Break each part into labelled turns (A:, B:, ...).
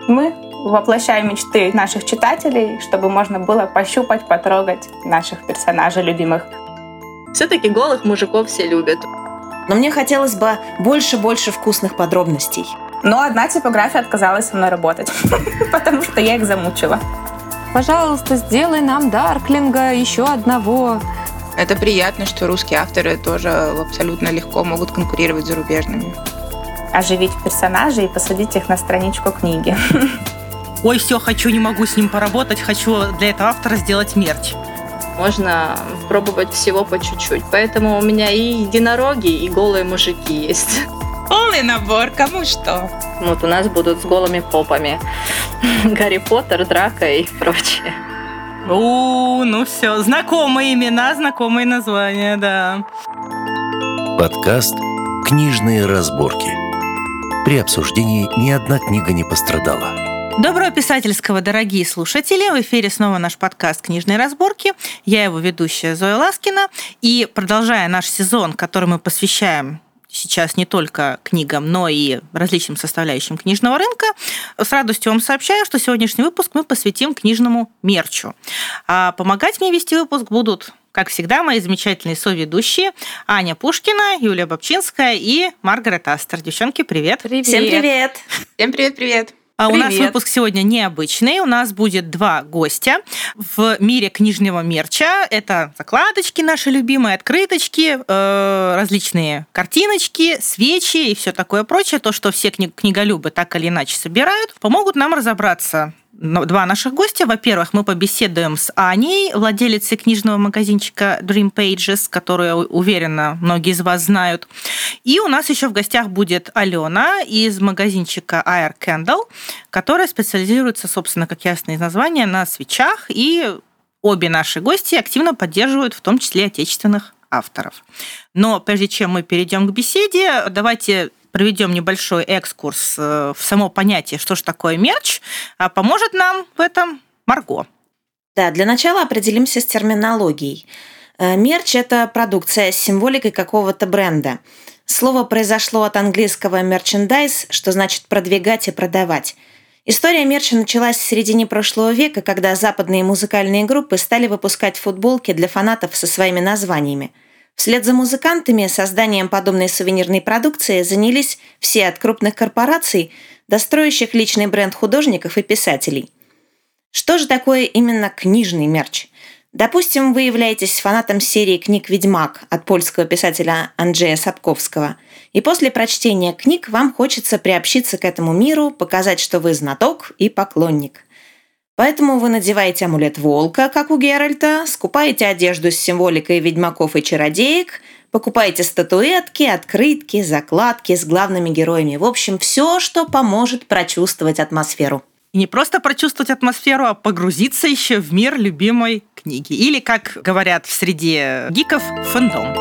A: Мы воплощаем мечты наших читателей, чтобы можно было пощупать, потрогать наших персонажей любимых.
B: Все-таки голых мужиков все любят.
C: Но мне хотелось бы больше вкусных подробностей.
A: Но одна типография отказалась со мной работать, потому что я их замучила.
D: Пожалуйста, сделай нам Дарклинга еще одного.
E: Это приятно, что русские авторы тоже абсолютно легко могут конкурировать с зарубежными.
A: Оживить персонажей и посадить их на страничку книги.
F: Ой, все, хочу, не могу с ним поработать, хочу для этого автора сделать мерч.
B: Можно пробовать всего по чуть-чуть. Поэтому у меня и единороги, и голые мужики есть.
E: Полный набор, кому что.
B: Вот у нас будут с голыми попами. Гарри Поттер, Драко и прочее.
F: Ну все, знакомые имена, знакомые названия, да.
G: Подкаст «Книжные разборки». При обсуждении ни одна книга не пострадала.
F: Доброго писательского, дорогие слушатели! В эфире снова наш подкаст «Книжные разборки». Я его ведущая Зоя Ласкина. И продолжая наш сезон, который мы посвящаем сейчас не только книгам, но и различным составляющим книжного рынка, с радостью вам сообщаю, что сегодняшний выпуск мы посвятим книжному мерчу. А помогать мне вести выпуск будут, как всегда, мои замечательные соведущие Аня Пушкина, Юлия Бобчинская и Маргарет Астер. Девчонки, привет!
C: Всем привет!
E: Всем привет-привет!
F: А у нас выпуск сегодня необычный. У нас будет два гостя в мире книжного мерча. Это закладочки наши любимые, открыточки, различные картиночки, свечи и все такое прочее. То, что все книголюбы так или иначе собирают, помогут нам разобраться. Два наших гостя. Во-первых, мы побеседуем с Аней, владелицей книжного магазинчика Dream Pages, которую, уверена, многие из вас знают. И у нас еще в гостях будет Алена из магазинчика Air Candle, которая специализируется, собственно, как ясно из названия, на свечах. И обе наши гости активно поддерживают, в том числе, отечественных авторов. Но прежде чем мы перейдем к беседе, давайте проведем небольшой экскурс в само понятие, что же такое мерч, а поможет нам в этом Марго.
C: Да, для начала определимся с терминологией. Мерч – это продукция с символикой какого-то бренда. Слово произошло от английского merchandise, что значит продвигать и продавать. История мерча началась в середине прошлого века, когда западные музыкальные группы стали выпускать футболки для фанатов со своими названиями. Вслед за музыкантами созданием подобной сувенирной продукции занялись все от крупных корпораций до строящих личный бренд художников и писателей. Что же такое именно книжный мерч? Допустим, вы являетесь фанатом серии книг «Ведьмак» от польского писателя Анджея Сапковского, и после прочтения книг вам хочется приобщиться к этому миру, показать, что вы знаток и поклонник. Поэтому вы надеваете амулет волка, как у Геральта, скупаете одежду с символикой ведьмаков и чародеек, покупаете статуэтки, открытки, закладки с главными героями. В общем, все, что поможет прочувствовать атмосферу.
F: И не просто прочувствовать атмосферу, а погрузиться еще в мир любимой книги. Или, как говорят в среде гиков, фэндом.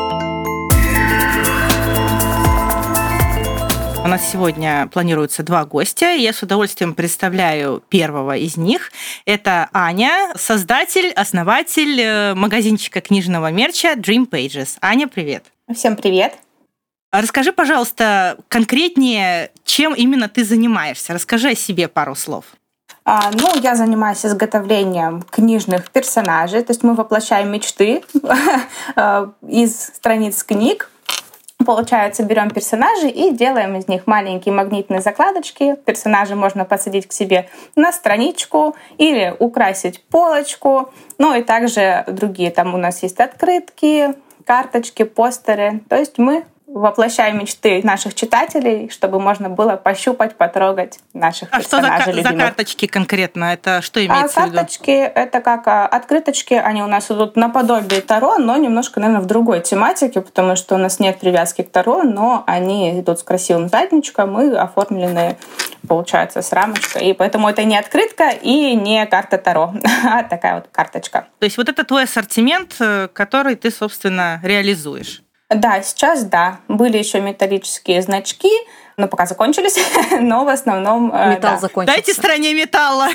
F: У нас сегодня планируется два гостя, и я с удовольствием представляю первого из них. Это Аня, создатель, основатель магазинчика книжного мерча Dream Pages. Аня, привет.
A: Всем привет.
F: Расскажи, пожалуйста, конкретнее, чем именно ты занимаешься. Расскажи о себе пару слов.
A: Я занимаюсь изготовлением книжных персонажей, то есть мы воплощаем мечты из страниц книг. Получается, берем персонажей и делаем из них маленькие магнитные закладочки. Персонажей можно подсадить к себе на страничку или украсить полочку. Ну и также другие. Там у нас есть открытки, карточки, постеры. То есть мы воплощаем мечты наших читателей, чтобы можно было пощупать, потрогать наших персонажей любимых.
F: А что за карточки конкретно? Это что имеется в виду?
A: Карточки — это как открыточки. Они у нас идут наподобие Таро, но немножко, наверное, в другой тематике, потому что у нас нет привязки к Таро, но они идут с красивым задничком и оформлены, получается, с рамочкой. И поэтому это не открытка и не карта Таро, а такая вот карточка.
F: То есть вот это твой ассортимент, который ты, собственно, реализуешь?
A: Да, сейчас да. Были еще металлические значки, но пока закончились, но в основном...
D: Металл закончился.
F: Дайте стране металла.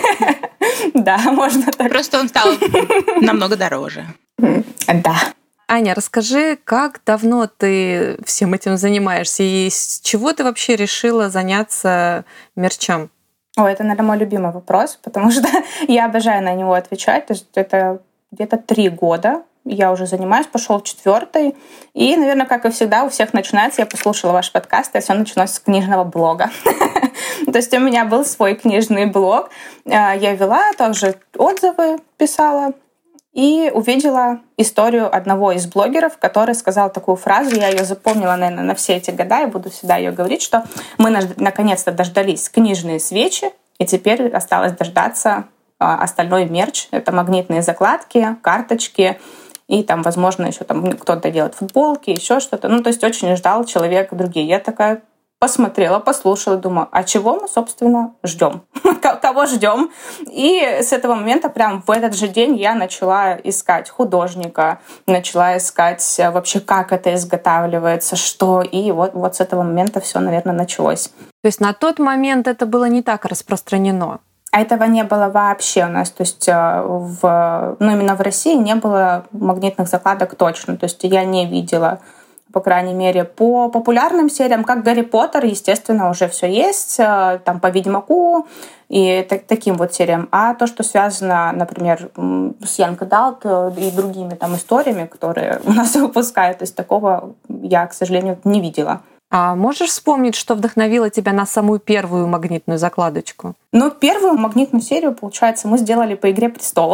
A: Да, можно так.
E: Просто он стал намного дороже.
A: Да.
D: Аня, расскажи, как давно ты всем этим занимаешься и с чего ты вообще решила заняться мерчом?
A: Ой, это, наверное, мой любимый вопрос, потому что я обожаю на него отвечать. То есть это где-то 3 года я уже занимаюсь, пошел 4-й. И, наверное, как и всегда, у всех начинается, я послушала ваш подкаст, и все началось с книжного блога. То есть у меня был свой книжный блог. Я вела, также отзывы писала. И увидела историю одного из блогеров, который сказал такую фразу, я ее запомнила, наверное, на все эти года, и буду всегда ее говорить, что мы наконец-то дождались книжные свечи, и теперь осталось дождаться остальной мерч. Это магнитные закладки, карточки, и там, возможно, еще там кто-то делает футболки, еще что-то. Ну, то есть очень ждал человек другие. Я такая посмотрела, послушала, думаю, а чего мы, собственно, ждем? Кого ждем? И с этого момента, прям в этот же день, я начала искать художника, начала искать вообще, как это изготавливается, что. И вот с этого момента все, наверное, началось.
D: То есть на тот момент это было не так распространено?
A: А этого не было вообще у нас. То есть именно в России не было магнитных закладок точно. То есть я не видела, по крайней мере, по популярным сериям, как «Гарри Поттер», естественно, уже все есть, там по «Ведьмаку» и таким вот сериям. А то, что связано, например, с Young Adult и другими там историями, которые у нас выпускают, то есть такого я, к сожалению, не видела.
D: А можешь вспомнить, что вдохновило тебя на самую первую магнитную закладочку?
A: Ну, первую магнитную серию, получается, мы сделали по «Игре престолов».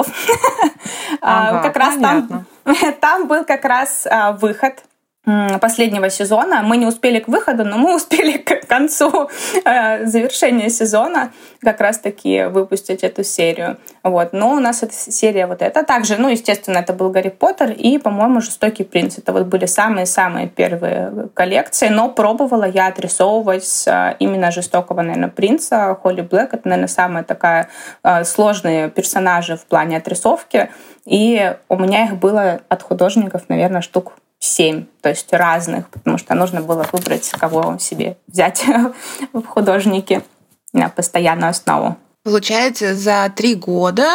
A: Как раз там был как раз выход последнего сезона. Мы не успели к выходу, но мы успели к концу завершения сезона как раз-таки выпустить эту серию. Вот. Но у нас эта серия вот эта. Также, естественно, это был «Гарри Поттер» и, по-моему, «Жестокий принц». Это вот были самые-самые первые коллекции, но пробовала я отрисовывать именно «Жестокого», наверное, принца. Холли Блэк — это, наверное, самая такая сложные персонажи в плане отрисовки. И у меня их было от художников, наверное, штук 7, то есть разных, потому что нужно было выбрать, кого себе взять в художники на постоянную основу.
E: Получается, за 3 года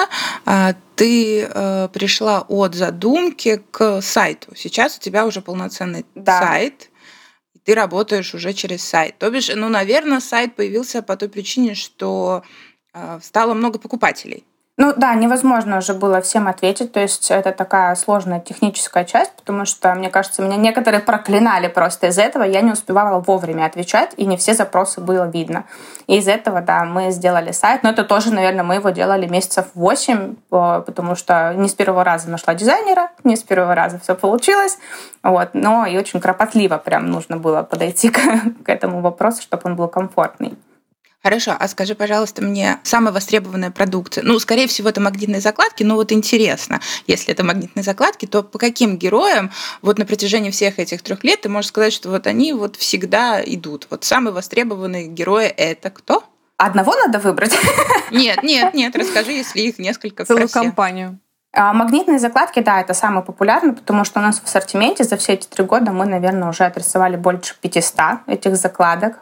E: ты пришла от задумки к сайту. Сейчас у тебя уже полноценный сайт, и ты работаешь уже через сайт. То бишь, наверное, сайт появился по той причине, что стало много покупателей.
A: Невозможно уже было всем ответить, то есть это такая сложная техническая часть, потому что, мне кажется, меня некоторые проклинали просто из-за этого, я не успевала вовремя отвечать, и не все запросы было видно. И из этого, мы сделали сайт, но это тоже, наверное, мы его делали месяцев 8, потому что не с первого раза нашла дизайнера, не с первого раза все получилось, но и очень кропотливо прям нужно было подойти к этому вопросу, чтобы он был комфортный.
E: Хорошо, а скажи, пожалуйста, мне самая востребованная продукция. Скорее всего, это магнитные закладки, но интересно, если это магнитные закладки, то по каким героям на протяжении всех этих 3 лет ты можешь сказать, что они всегда идут? Самые востребованные герои — это кто?
A: Одного надо выбрать?
E: Нет, расскажи, если их несколько.
D: Целую компанию.
A: Магнитные закладки, это самый популярный, потому что у нас в ассортименте за все эти 3 года мы, наверное, уже отрисовали больше 500 этих закладок.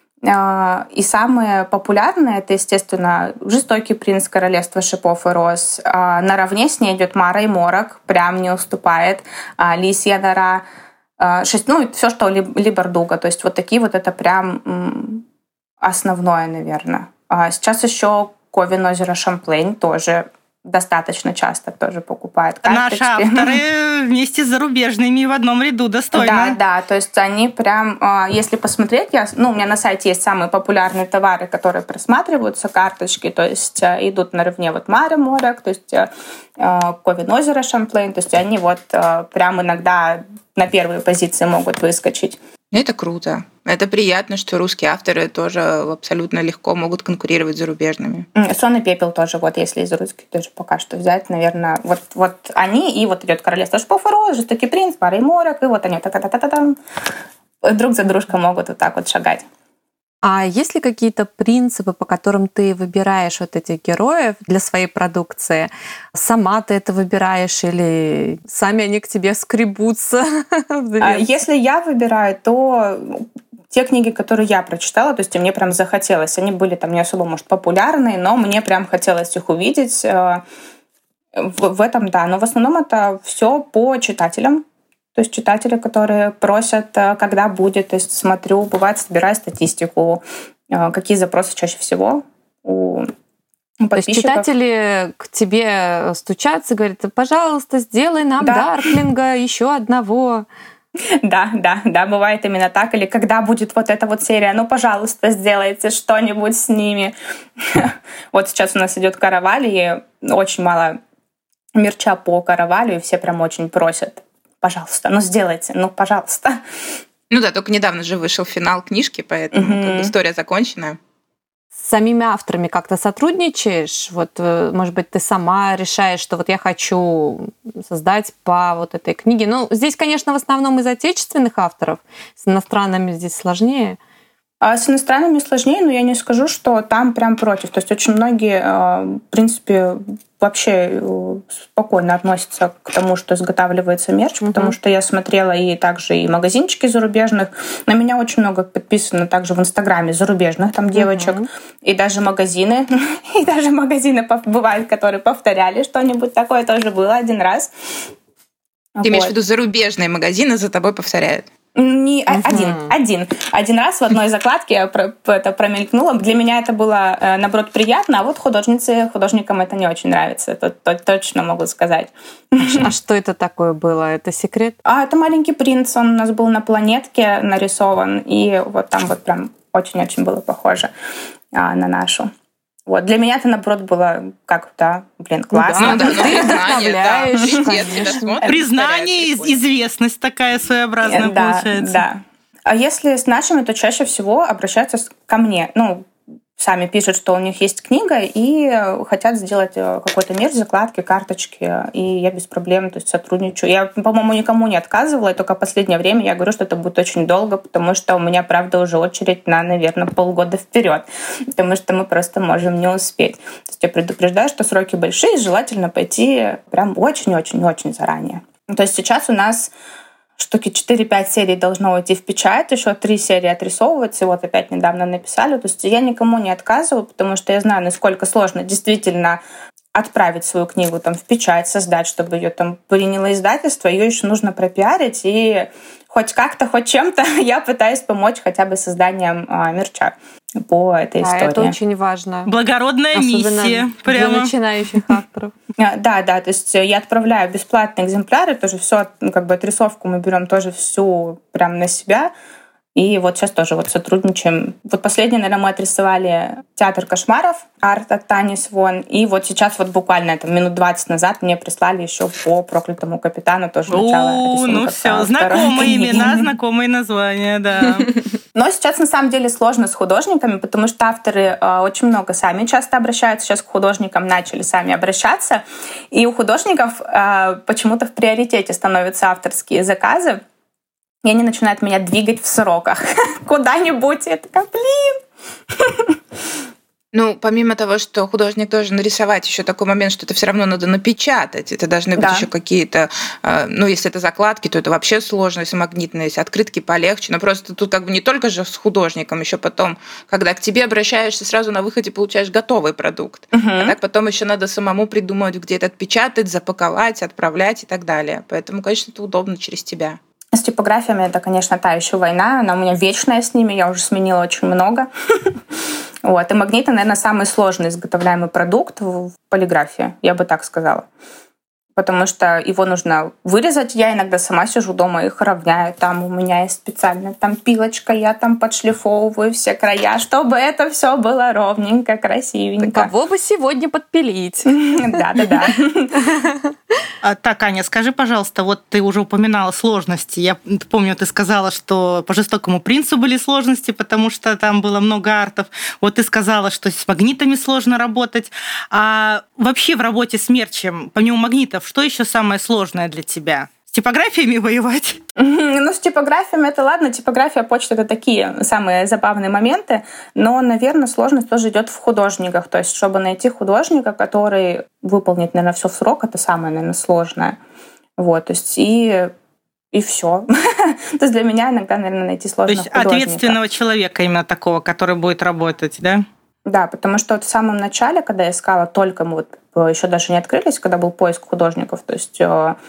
A: И самые популярные — это, естественно, «Жестокий принц», «Королевство шипов и роз». Наравне с ней идет «Мара и Морок», прям не уступает. «Лисья нора», все, что Либердуга. То есть такие это прям основное, наверное. Сейчас еще «Ковен озеро Шамплейн» тоже достаточно часто тоже покупают карточки.
F: Наши авторы вместе с зарубежными в одном ряду достойно.
A: Да, то есть они прям, если посмотреть, у меня на сайте есть самые популярные товары, которые просматриваются, карточки, то есть идут наравне Мара Морок, то есть Ковен озеро Шамплейн, то есть они прям иногда на первые позиции могут выскочить.
E: Это круто. Это приятно, что русские авторы тоже абсолютно легко могут конкурировать с зарубежными.
A: «Сон и пепел» тоже, если из русских тоже пока что взять, наверное, они, и идет «Королевство шипов и роз», «Жестокий принц», «Мара и Морок», и они та-та-та-та-та друг за дружкой могут так шагать.
D: А есть ли какие-то принципы, по которым ты выбираешь этих героев для своей продукции? Сама ты это выбираешь или сами они к тебе скребутся?
A: Если я выбираю, то те книги, которые я прочитала, то есть мне прям захотелось, они были не особо, может, популярные, но мне прям хотелось их увидеть. В этом, но в основном это все по читателям. То есть читатели, которые просят, когда будет, то есть смотрю, бывает, собираю статистику, какие запросы чаще всего у подписчиков.
D: То есть читатели к тебе стучатся, говорят: пожалуйста, сделай нам Дарклинга еще одного.
A: Да, бывает именно так. Или когда будет вот эта вот серия, ну, пожалуйста, сделайте что-нибудь с ними. Вот сейчас у нас идет Караваль, и очень мало мерча по Каравалю, и все прям очень просят: пожалуйста, ну, сделайте, ну, пожалуйста.
E: Ну да, только недавно же вышел финал книжки, поэтому как бы история закончена.
D: С самими авторами как-то сотрудничаешь? Вот, может быть, ты сама решаешь, что вот я хочу создать по вот этой книге. Ну, здесь, конечно, в основном из отечественных авторов. С иностранными здесь сложнее.
A: А с иностранными сложнее, но я не скажу, что там прям против. То есть очень многие, в принципе, вообще спокойно относятся к тому, что изготавливается мерч, потому что я смотрела и также и магазинчики зарубежных. На меня очень много подписано также в Инстаграме зарубежных там девочек. И даже магазины. И даже магазины бывают, которые повторяли что-нибудь такое. Тоже было один раз.
E: Ты имеешь в виду зарубежные магазины за тобой повторяют?
A: Не один раз в одной закладке это промелькнуло. Для меня это было, наоборот, приятно, а вот художникам это не очень нравится, это точно могу сказать.
D: А что это такое было? Это секрет?
A: Это «Маленький принц», он у нас был на планетке нарисован, и вот там вот прям очень-очень было похоже на нашу. Вот. Для меня это, наоборот, было как-то, классно.
E: Ты вдохновляешь.
F: Признание, известность такая своеобразная получается.
A: Да. А если с нашими, то чаще всего обращаются ко мне. Ну, сами пишут, что у них есть книга и хотят сделать какой-то мерч, закладки, карточки, и я без проблем, то есть сотрудничаю. Я, по-моему, никому не отказывала, и только в последнее время я говорю, что это будет очень долго, потому что у меня, правда, уже очередь на, наверное, полгода вперед, потому что мы просто можем не успеть. То есть я предупреждаю, что сроки большие, желательно пойти прям очень-очень-очень заранее. То есть сейчас у нас штуки 4-5 серий должно уйти в печать, еще 3 серии отрисовываются, и вот опять недавно написали. То есть я никому не отказываю, потому что я знаю, насколько сложно действительно отправить свою книгу там в печать, создать, чтобы ее там приняло издательство, ее еще нужно пропиарить, и хоть как-то, хоть чем-то я пытаюсь помочь хотя бы созданием мерча по этой истории.
D: Это очень важно.
F: Благородная миссия.
D: Прямо для начинающих авторов.
A: Да, то есть я отправляю бесплатные экземпляры, тоже все, как бы отрисовку мы берем тоже всю прям на себя. И вот сейчас тоже вот сотрудничаем. Вот последний, наверное, мы отрисовали «Театр кошмаров», арт от Тани Свон. И вот сейчас вот буквально там, минут 20 назад мне прислали еще по «Проклятому капитану» тоже начало рисунка.
F: Ну все, знакомые имена, знакомые названия, да.
A: Но сейчас на самом деле сложно с художниками, потому что авторы очень много сами часто обращаются. Сейчас к художникам начали сами обращаться. И у художников почему-то в приоритете становятся авторские заказы. И они начинают меня двигать в сроках куда-нибудь. Я такая,
E: Ну, помимо того, что художник должен нарисовать, еще такой момент, что это все равно надо напечатать. Это должны быть еще какие-то, ну, если это закладки, то это вообще сложно, если магнитные, если открытки полегче. Но просто тут как бы не только же с художником, еще потом, когда к тебе обращаешься, сразу на выходе получаешь готовый продукт. А так потом еще надо самому придумать, где это отпечатать, запаковать, отправлять и так далее. Поэтому, конечно, это удобно через тебя.
A: С типографиями это, конечно, та еще война. Она у меня вечная с ними, я уже сменила очень много. Вот. И магниты, наверное, самый сложный изготовляемый продукт в полиграфии, я бы так сказала. Потому что его нужно вырезать. Я иногда сама сижу дома, их равняю. Там у меня есть специальная там пилочка, я там подшлифовываю все края, чтобы это все было ровненько, красивенько.
D: Кого бы сегодня подпилить?
A: Да.
F: Так, Аня, скажи, пожалуйста, вот ты уже упоминала сложности. Я помню, ты сказала, что по «Жестокому принцу» были сложности, потому что там было много артов. Вот ты сказала, что с магнитами сложно работать. А вообще в работе с мерчем, помимо магнитов, что еще самое сложное для тебя? С типографиями воевать?
A: Ну, с типографиями это ладно. Типография, почта — это такие самые забавные моменты. Но, наверное, сложность тоже идет в художниках. То есть, чтобы найти художника, который выполнит, наверное, все в срок, это самое, наверное, сложное. Вот, то есть, и все. То есть для меня иногда, наверное, найти сложно художника.
F: То есть ответственного человека именно такого, который будет работать, да?
A: Да, потому что вот в самом начале, когда я искала только, мы вот еще даже не открылись, когда был поиск художников, то есть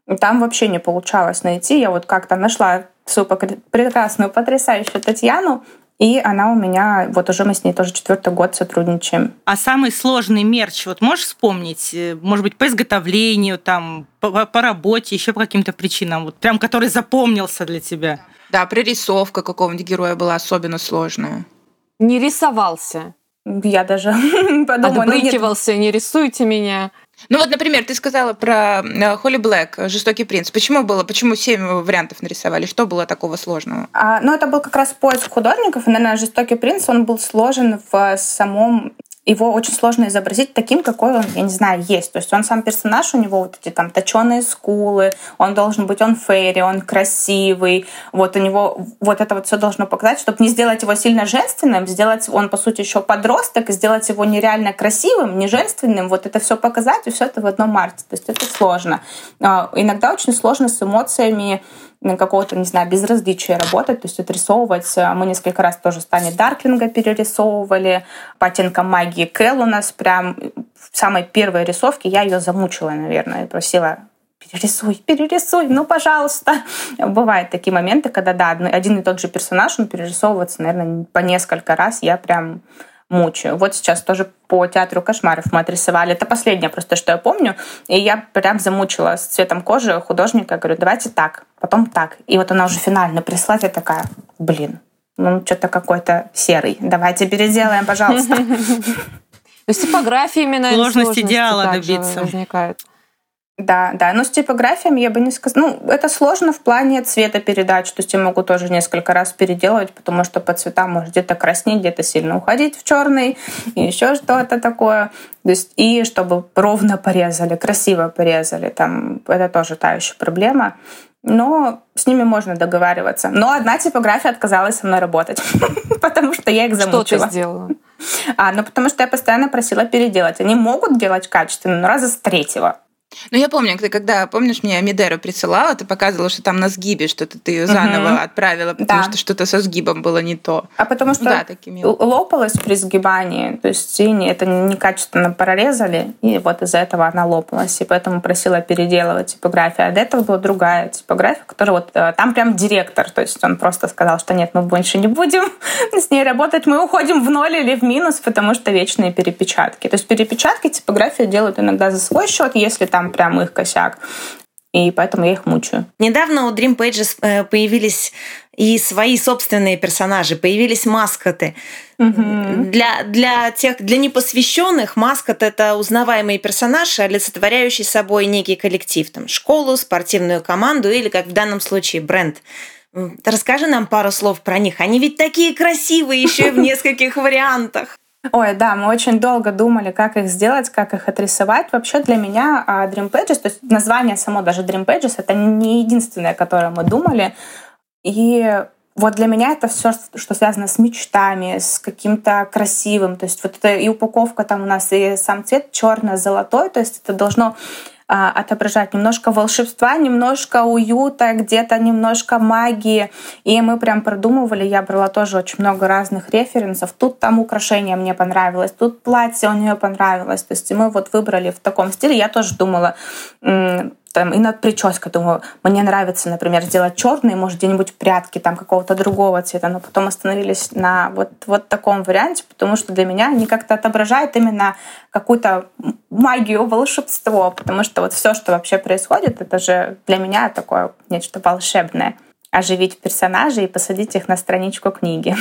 A: Там вообще не получалось найти. Я вот как-то нашла свою прекрасную, потрясающую Татьяну, и она у меня, вот уже мы с ней тоже 4-й год сотрудничаем.
F: А самый сложный мерч, вот можешь вспомнить? Может быть, по изготовлению, там, по работе, еще по каким-то причинам, вот прям который запомнился для тебя?
E: Да, прорисовка какого-нибудь героя была особенно сложная.
D: Не рисовался.
A: Я даже подумала...
D: Отбрыкивался, не рисуйте меня.
E: Ну вот, например, ты сказала про Холли Блэк, «Жестокий принц». Почему 7 вариантов нарисовали? Что было такого сложного?
A: Ну, это был как раз поиск художников. И, наверное, «Жестокий принц», он был сложен в самом... Его очень сложно изобразить таким, какой он, я не знаю, есть. То есть он сам персонаж, у него вот эти там точеные скулы, он должен быть, он фейри, он красивый. Вот у него вот это вот все должно показать, чтобы не сделать его сильно женственным, сделать он, по сути, еще подросток, и сделать его нереально красивым, не женственным, вот это все показать, и все это в одном марте. То есть это сложно. Иногда очень сложно с эмоциями какого-то, не знаю, безразличия работать, то есть отрисовывать. Мы несколько раз тоже Стани Дарклинга перерисовывали, по оттенкам магии Кэл у нас прям в самой первой рисовке я ее замучила, наверное, просила: перерисуй, ну, пожалуйста. Бывают такие моменты, когда, да, один и тот же персонаж, он перерисовывается, наверное, по несколько раз, я прям мучаю. Вот сейчас тоже по «Театру кошмаров» мы отрисовали. Это последнее просто, что я помню. И я прям замучила с цветом кожи художника. Я говорю, давайте так, потом так. И вот она уже финально прислала, я такая, ну что-то какой-то серый. Давайте переделаем, пожалуйста.
D: То есть типография именно
F: сложность идеала добиться
D: возникает.
A: Да, но с типографиями я бы не сказала. Ну, это сложно в плане цветопередач. То есть я могу тоже несколько раз переделывать, потому что по цветам может где-то краснеть, где-то сильно уходить в черный, и еще что-то такое. То есть и чтобы ровно порезали, красиво порезали. Там, это тоже та еще проблема. Но с ними можно договариваться. Но одна типография отказалась со мной работать, потому что я их замучила.
D: Что ты сделала?
A: Потому что я постоянно просила переделать. Они могут делать качественно, но раза с 3-го.
E: Ну, я помню, когда, помнишь, мне Амидеру присылала, ты показывала, что там на сгибе что-то ты ее заново отправила, потому что что-то со сгибом было не то.
A: Потому что лопалась при сгибании, то есть это некачественно прорезали, и вот из-за этого она лопалась, и поэтому просила переделывать типографию. А до этого была другая типография, которая вот там прям директор, то есть он просто сказал, что нет, мы больше не будем с ней работать, мы уходим в ноль или в минус, потому что вечные перепечатки. То есть перепечатки типографию делают иногда за свой счет, если там прям их косяк. И поэтому я их мучаю.
C: Недавно у Dream Pages появились и свои собственные персонажи, появились маскоты. Для непосвященных маскот — это узнаваемый персонаж, олицетворяющий собой некий коллектив, там, школу, спортивную команду или, как в данном случае, бренд. Расскажи нам пару слов про них. Они ведь такие красивые, еще и в нескольких вариантах.
A: Ой, да, мы очень долго думали, как их сделать, как их отрисовать. Вообще для меня Dream Pages, то есть название само даже Dream Pages, это не единственное, которое мы думали. И вот для меня это все, что связано с мечтами, с каким-то красивым. То есть вот это и упаковка там у нас, и сам цвет черно-золотой, то есть это должно отображать немножко волшебства, немножко уюта, где-то немножко магии. И мы прям продумывали, я брала тоже очень много разных референсов. Тут там украшение мне понравилось, тут платье у нее понравилось. То есть мы вот выбрали в таком стиле. Я тоже думала, там, и над прической, думаю, мне нравится, например, сделать черные, может, где-нибудь прядки там какого-то другого цвета, но потом остановились на вот таком варианте, потому что для меня они как-то отображают именно какую-то магию, волшебство, потому что вот все, что вообще происходит, это же для меня такое нечто волшебное. Оживить персонажей и посадить их на страничку книги.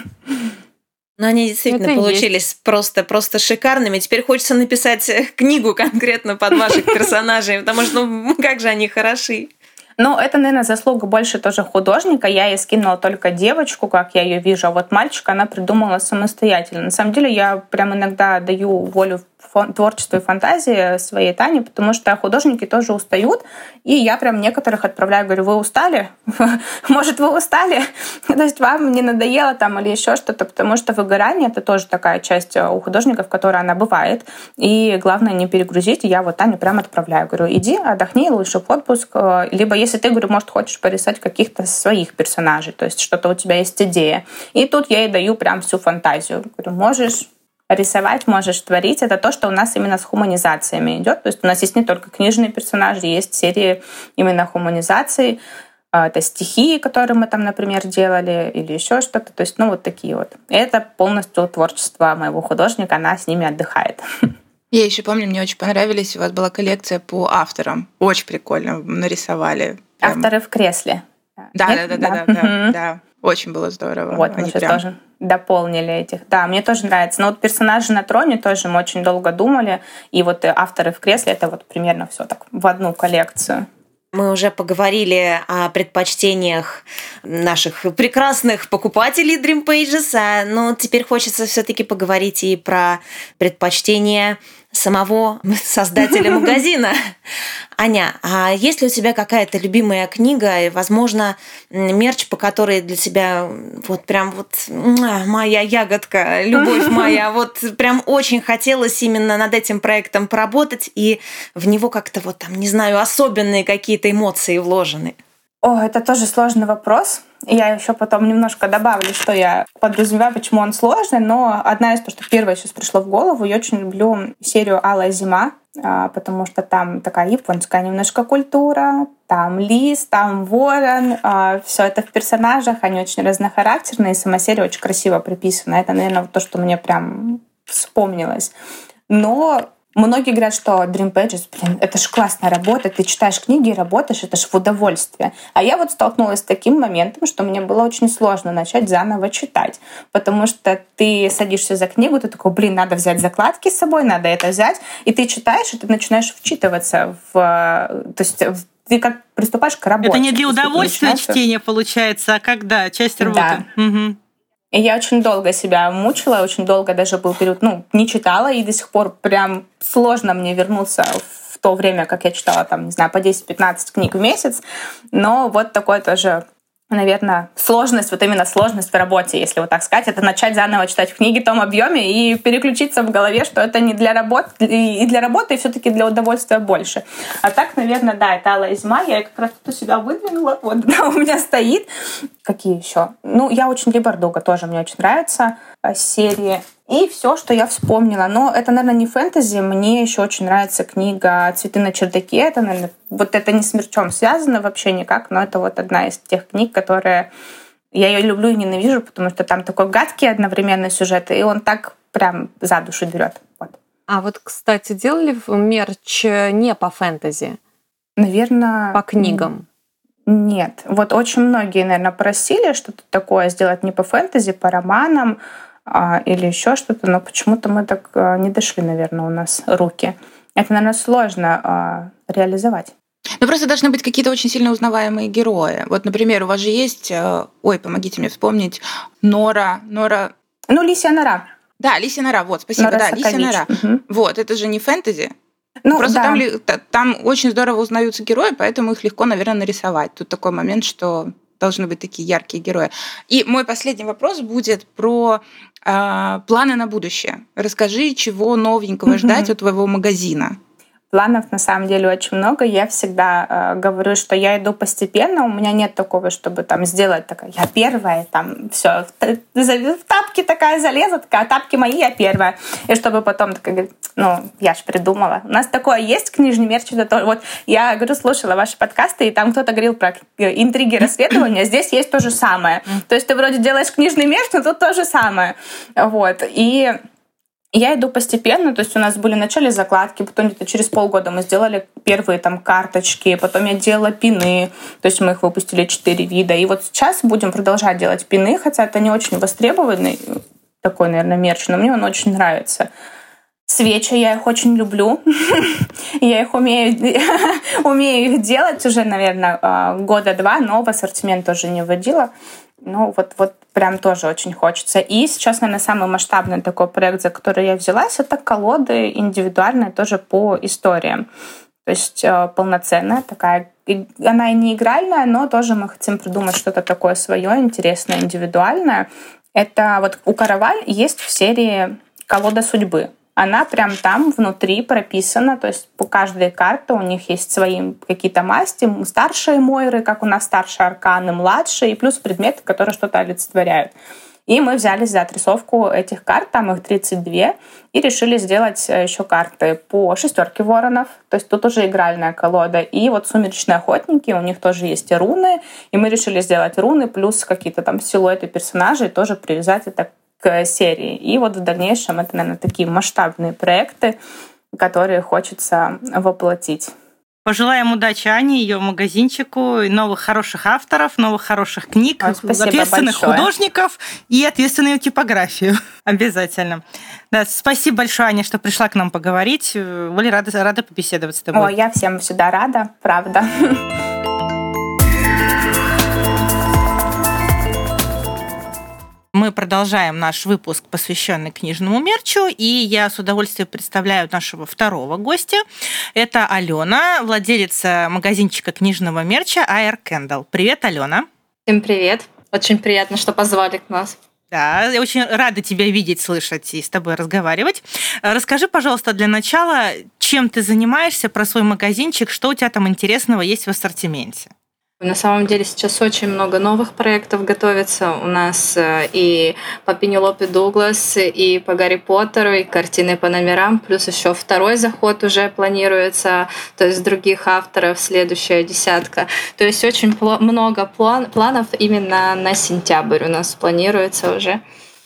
C: Но они действительно получились просто шикарными. Теперь хочется написать книгу конкретно под ваших персонажей, потому что как же они хороши.
A: Ну, это, наверное, заслуга больше тоже художника. Я ей скинула только девочку, как я ее вижу, а вот мальчика она придумала самостоятельно. На самом деле я прям иногда даю волю творчеству и фантазии своей Тане, потому что художники тоже устают, и я прям некоторых отправляю, говорю, вы устали? Может, вы устали? То есть вам не надоело там или еще что-то, потому что выгорание — это тоже такая часть у художников, которая она бывает, и главное не перегрузить. Я вот Таню прям отправляю, говорю, иди, отдохни, лучше в отпуск, либо если ты, говорю, может, хочешь порисовать каких-то своих персонажей, то есть что-то у тебя есть идея. И тут я ей даю прям всю фантазию. Говорю, можешь рисовать, можешь творить. Это то, что у нас именно с хуманизациями идет. То есть у нас есть не только книжные персонажи, есть серии именно хуманизаций. Это стихи, которые мы там, например, делали, или еще что-то. То есть, вот такие вот. Это полностью творчество моего художника, она с ними отдыхает.
E: Я еще помню, мне очень понравились, у вас была коллекция по авторам. Очень прикольно нарисовали.
A: Авторы в кресле.
E: Да. Очень было здорово.
A: Вот, мы сейчас тоже дополнили этих. Да, мне тоже нравится. Но вот персонажи на троне тоже мы очень долго думали. И вот авторы в кресле, это вот примерно все так в одну коллекцию.
C: Мы уже поговорили о предпочтениях наших прекрасных покупателей Dream Pages, но теперь хочется все-таки поговорить и про предпочтения самого создателя магазина. Аня, а есть ли у тебя какая-то любимая книга и, возможно, мерч, по которой для тебя вот прям вот моя ягодка, любовь моя, вот прям очень хотелось именно над этим проектом поработать, и в него как-то вот там, не знаю, особенные какие-то эмоции вложены?
A: Это тоже сложный вопрос. Я еще потом немножко добавлю, что я подразумеваю, почему он сложный, но одна из того, что первое сейчас пришло в голову, я очень люблю серию «Алая зима», потому что там такая японская немножко культура, там лис, там ворон, все это в персонажах, они очень разнохарактерные, и сама серия очень красиво приписана. Это, наверное, то, что мне прям вспомнилось. Но многие говорят, что Dream Pages, это же классная работа, ты читаешь книги и работаешь, это же в удовольствие. А я вот столкнулась с таким моментом, что мне было очень сложно начать заново читать, потому что ты садишься за книгу, ты такой, надо взять закладки с собой, надо это взять, и ты читаешь, и ты начинаешь вчитываться то есть ты как приступаешь к работе.
F: Это не для удовольствия чтения получается, а когда часть работы.
A: Да. Угу. И я очень долго себя мучила, очень долго даже был период, не читала, и до сих пор прям сложно мне вернуться в то время, как я читала, там, не знаю, по 10-15 книг в месяц. Но вот такое тоже, наверное, сложность, вот именно сложность в работе, если вот так сказать, это начать заново читать книги в том объеме и переключиться в голове, что это не для работы, и для работы, и все-таки для удовольствия больше. А так, наверное, да, это «Алая зима», я как раз тут себя выдвинула, вот она у меня стоит. Какие еще? Я очень Бардуга тоже, мне очень нравится серии. И все, что я вспомнила. Но это, наверное, не фэнтези. Мне еще очень нравится книга «Цветы на чердаке». Это, наверное, вот это не с мерчом связано вообще никак, но это вот одна из тех книг, которые я ее люблю и ненавижу, потому что там такой гадкий одновременно сюжет, и он так прям за душу берет. Вот.
D: А вот, кстати, делали мерч не по фэнтези?
A: Наверное...
D: По книгам?
A: Нет. Вот очень многие, наверное, просили что-то такое сделать не по фэнтези, по романам или еще что-то, но почему-то мы так не дошли, наверное, у нас руки. Это, наверное, сложно реализовать.
E: Просто должны быть какие-то очень сильно узнаваемые герои. Вот, например, у вас же есть, помогите мне вспомнить, Нора.
A: Лисья нора.
E: Да, «Лисья нора», вот, спасибо.
A: Нора
E: да,
A: Соколич.
E: «Лисья нора».
A: Угу.
E: Вот, это же не фэнтези. Просто
A: да.
E: там очень здорово узнаются герои, поэтому их легко, наверное, нарисовать. Тут такой момент, что должны быть такие яркие герои. И мой последний вопрос будет про планы на будущее. Расскажи, чего новенького ждать от твоего магазина.
A: Планов на самом деле очень много. Я всегда говорю, что я иду постепенно. У меня нет такого, чтобы там сделать такая, я первая, там все в тапки такая залезла, такая, тапки мои, я первая. И чтобы потом такая говорить, я ж придумала. У нас такое есть книжный мерч. Вот я говорю, слушала ваши подкасты, и там кто-то говорил про интриги расследования. Здесь есть то же самое. То есть ты вроде делаешь книжный мерч, но тут то же самое. Вот. И я иду постепенно, то есть у нас были вначале закладки, потом где-то через полгода мы сделали первые там карточки, потом я делала пины, то есть мы их выпустили 4 вида. И вот сейчас будем продолжать делать пины, хотя это не очень востребованный такой, наверное, мерч, но мне он очень нравится. Свечи, я их очень люблю. Я их умею их делать уже, наверное, 2 года, но в ассортимент тоже не вводила. Вот прям тоже очень хочется. И сейчас, наверное, самый масштабный такой проект, за который я взялась, это колоды индивидуальные тоже по историям. То есть полноценная такая. Она и не игральная, но тоже мы хотим придумать что-то такое свое, интересное, индивидуальное. Это вот у Караваль есть в серии «Колода судьбы». Она прям там внутри прописана, то есть по каждой карте у них есть свои какие-то масти, старшие Мойры, как у нас старшие арканы, младшие, и плюс предметы, которые что-то олицетворяют. И мы взялись за отрисовку этих карт, там их 32, и решили сделать еще карты по 6 воронов. То есть тут уже игральная колода. И вот «Сумеречные охотники», у них тоже есть и руны. И мы решили сделать руны плюс какие-то там силуэты персонажей, тоже привязать это к серии. И вот в дальнейшем это, наверное, такие масштабные проекты, которые хочется воплотить.
F: Пожелаем удачи Ане, ее магазинчику, новых хороших авторов, новых хороших книг, ответственных художников и ответственную типографию. Обязательно. Да, спасибо большое, Аня, что пришла к нам поговорить. Были рада побеседовать с тобой.
A: Ой, я всем всегда рада, правда.
F: Мы продолжаем наш выпуск, посвященный книжному мерчу, и я с удовольствием представляю нашего второго гостя. Это Алена, владелица магазинчика книжного мерча AR Candle. Привет, Алена.
B: Всем привет. Очень приятно, что позвали к нас.
F: Да, я очень рада тебя видеть, слышать и с тобой разговаривать. Расскажи, пожалуйста, для начала, чем ты занимаешься, про свой магазинчик, что у тебя там интересного есть в ассортименте?
B: На самом деле сейчас очень много новых проектов готовится. У нас и по Пенелопе Дуглас, и по Гарри Поттеру, и картины по номерам. Плюс еще второй заход уже планируется, то есть других авторов, следующая десятка. То есть очень много планов именно на сентябрь у нас планируется уже.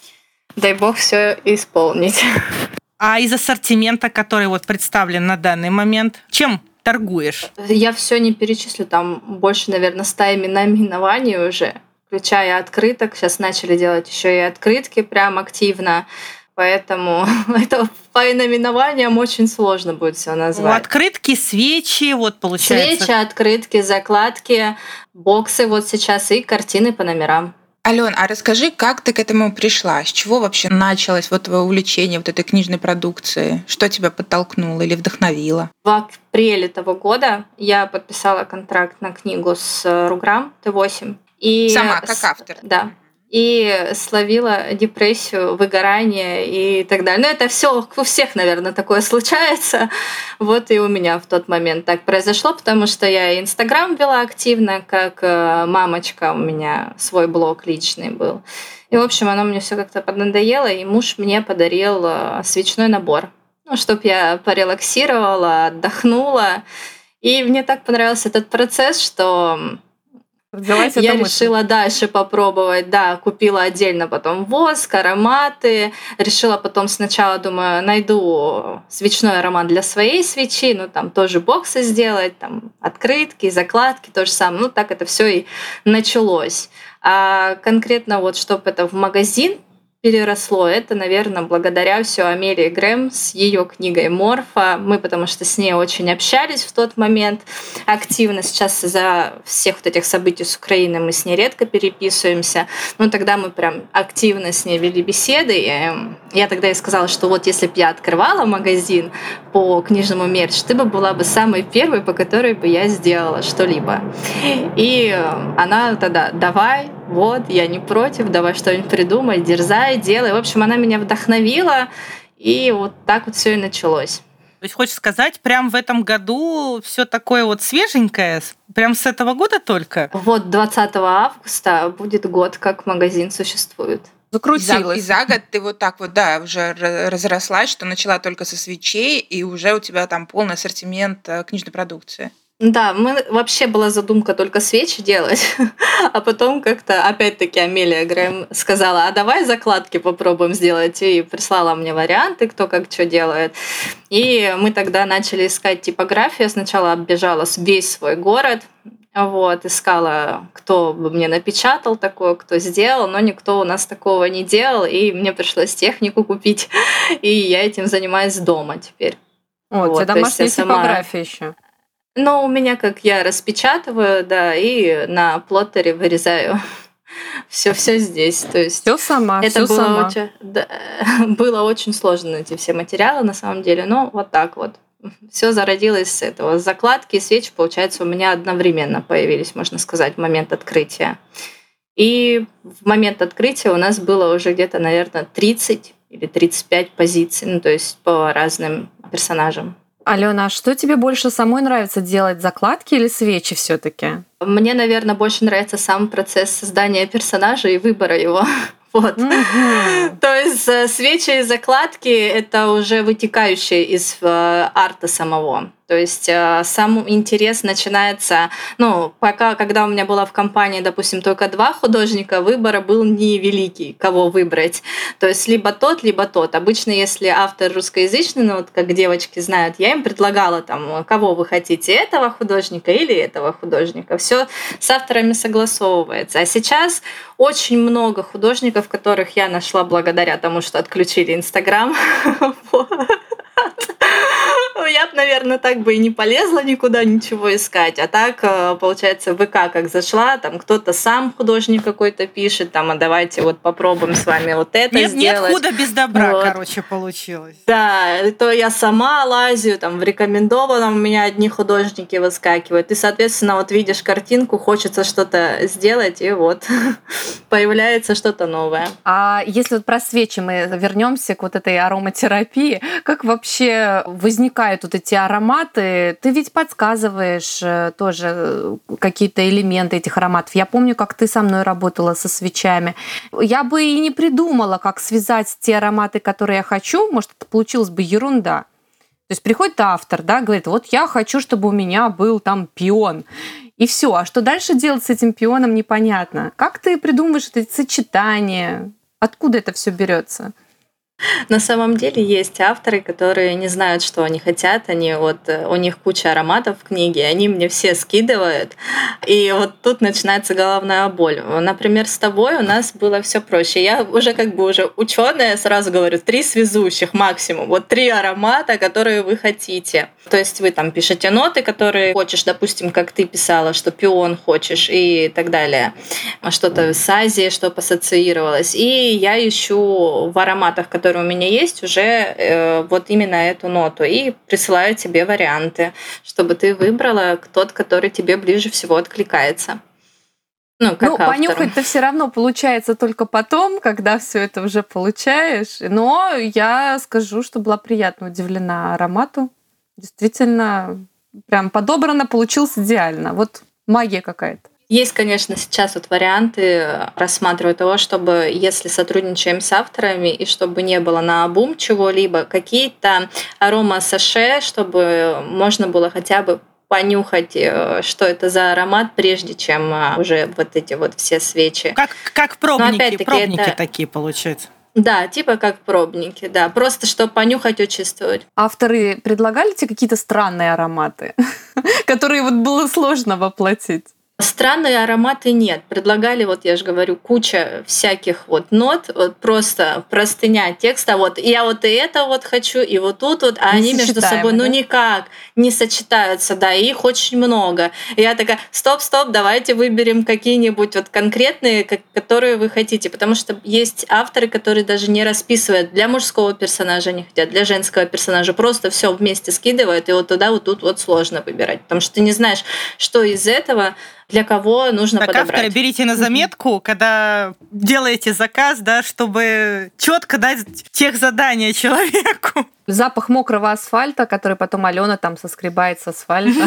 B: Дай бог все исполнить.
F: А из ассортимента, который вот представлен на данный момент, чем торгуешь?
B: Я все не перечислю, там больше, наверное, 100 наименований уже, включая открыток. Сейчас начали делать еще и открытки прям активно, поэтому это по наименованиям очень сложно будет все назвать.
F: Открытки, свечи, вот получается.
B: Свечи, открытки, закладки, боксы вот сейчас и картины по номерам.
E: Ален, а расскажи, как ты к этому пришла? С чего вообще началось вот твое увлечение вот этой книжной продукции? Что тебя подтолкнуло или вдохновило?
B: В апреле того года я подписала контракт на книгу с Руграм Т8. И
E: сама, как автор?
B: Да. И словила депрессию, выгорание и так далее. Но это все у всех, наверное, такое случается. Вот и у меня в тот момент так произошло, потому что я Инстаграм вела активно, как мамочка, у меня свой блог личный был. И, в общем, оно мне все как-то поднадоело, и муж мне подарил свечной набор, чтобы я порелаксировала, отдохнула. И мне так понравился этот процесс, что я решила дальше попробовать. Да, купила отдельно потом воск, ароматы. Решила потом сначала, думаю, найду свечной аромат для своей свечи. Ну, там тоже боксы сделать, там открытки, закладки, то же самое. Ну, так это все и началось. А конкретно вот, чтобы это в магазин переросло, это, наверное, благодаря все Амелии Грэм с ее книгой «Морфа». Мы, потому что с ней очень общались в тот момент активно. Сейчас из-за всех вот этих событий с Украиной мы с ней редко переписываемся. Но тогда мы прям активно с ней вели беседы. И я тогда ей сказала, что вот если бы я открывала магазин по книжному мерчу, ты бы была бы самой первой, по которой бы я сделала что-либо. И она тогда: давай, вот, я не против, давай что-нибудь придумай, дерзай, делай. В общем, она меня вдохновила, и вот так вот все и началось.
F: То есть, хочешь сказать, прям в этом году все такое вот свеженькое, прям с этого года только?
B: Вот 20 августа будет год, как магазин существует.
E: Закрутилась. И за год ты вот так вот, да, уже разрослась, что начала только со свечей, и уже у тебя там полный ассортимент книжной продукции.
B: Да, вообще была задумка только свечи делать, а потом как-то опять-таки Амелия Грэм сказала: а давай закладки попробуем сделать, и прислала мне варианты, кто как что делает. И мы тогда начали искать типографию. Сначала оббежала весь свой город, вот, искала, кто бы мне напечатал такое, кто сделал, но никто у нас такого не делал, и мне пришлось технику купить, и я этим занимаюсь дома теперь.
D: Вот, у тебя домашняя типография еще.
B: Но у меня, как я распечатываю, да, и на плоттере вырезаю все здесь. То есть
D: все сама.
B: Это было очень сложно найти все материалы на самом деле, но вот так вот. Все зародилось с этого. Закладки и свечи, получается, у меня одновременно появились, можно сказать, в момент открытия. И в момент открытия у нас было уже где-то, наверное, 30 или 35 позиций, ну, то есть по разным персонажам.
D: Алена, а что тебе больше самой нравится делать, закладки или свечи все-таки?
B: Мне, наверное, больше нравится сам процесс создания персонажа и выбора его, Вот. То есть свечи и закладки — это уже вытекающие из арта самого. То есть сам интерес начинается, пока, когда у меня была в компании, допустим, только 2 художника, выбор был невеликий, кого выбрать. То есть либо тот, либо тот. Обычно, если автор русскоязычный, как девочки знают, я им предлагала кого вы хотите, этого художника или этого художника. Все с авторами согласовывается. А сейчас очень много художников, которых я нашла благодаря тому, что отключили Инстаграм. Я бы, наверное, так бы и не полезла никуда ничего искать. А так, получается, в ВК как зашла, там кто-то сам художник какой-то пишет, а давайте попробуем с вами это сделать.
F: Нет худа без добра, получилось.
B: Да, то я сама лазю, в рекомендованном у меня одни художники выскакивают. И, соответственно, видишь картинку, хочется что-то сделать, и появляется что-то новое.
D: А если про свечи мы вернемся к этой ароматерапии, как вообще возникают эти ароматы? Ты ведь подсказываешь тоже какие-то элементы этих ароматов. Я помню, как ты со мной работала со свечами. Я бы и не придумала, как связать те ароматы, которые я хочу. Может, это получилась бы ерунда. То есть приходит автор, говорит, я хочу, чтобы у меня был пион. И все. А что дальше делать с этим пионом, непонятно. Как ты придумываешь эти сочетания? Откуда это все берется?
B: На самом деле есть авторы, которые не знают, что они хотят. Они у них куча ароматов в книге, они мне все скидывают. И тут начинается головная боль. Например, с тобой у нас было все проще. Я уже уже ученая, сразу говорю, 3 связующих максимум. 3 аромата, которые вы хотите. То есть вы пишете ноты, которые хочешь, допустим, как ты писала, что пион хочешь и так далее. Что-то с Азией, что ассоциировалось. И я ищу в ароматах, которые у меня есть, уже именно эту ноту. И присылаю тебе варианты, чтобы ты выбрала тот, который тебе ближе всего откликается.
D: Понюхать-то все равно получается только потом, когда все это уже получаешь. Но я скажу, что была приятно удивлена аромату. Действительно, прям подобрано, получилось идеально. Магия какая-то.
B: Есть, конечно, сейчас варианты рассматриваю того, чтобы, если сотрудничаем с авторами, и чтобы не было наобум чего-либо, какие-то арома-саше, чтобы можно было хотя бы понюхать, что это за аромат, прежде чем уже эти все свечи.
F: Как пробники такие получаются.
B: Да, как пробники, да. Просто чтобы понюхать, учувствовать.
D: Авторы предлагали тебе какие-то странные ароматы, которые было сложно воплотить?
B: Странные ароматы нет. Предлагали, я же говорю, куча всяких нот, просто простыня текста. Я и это хочу, и тут, а они между собой никак не сочетаются, да, и их очень много. И я такая, стоп, давайте выберем какие-нибудь конкретные, которые вы хотите, потому что есть авторы, которые даже не расписывают для мужского персонажа, не хотят, для женского персонажа, просто все вместе скидывают, и туда, тут сложно выбирать, потому что ты не знаешь, что из этого для кого нужно подобрать.
F: Авторы, берите на заметку, когда делаете заказ, чтобы четко дать техзадание человеку.
D: Запах мокрого асфальта, который потом Алена соскребает с асфальта.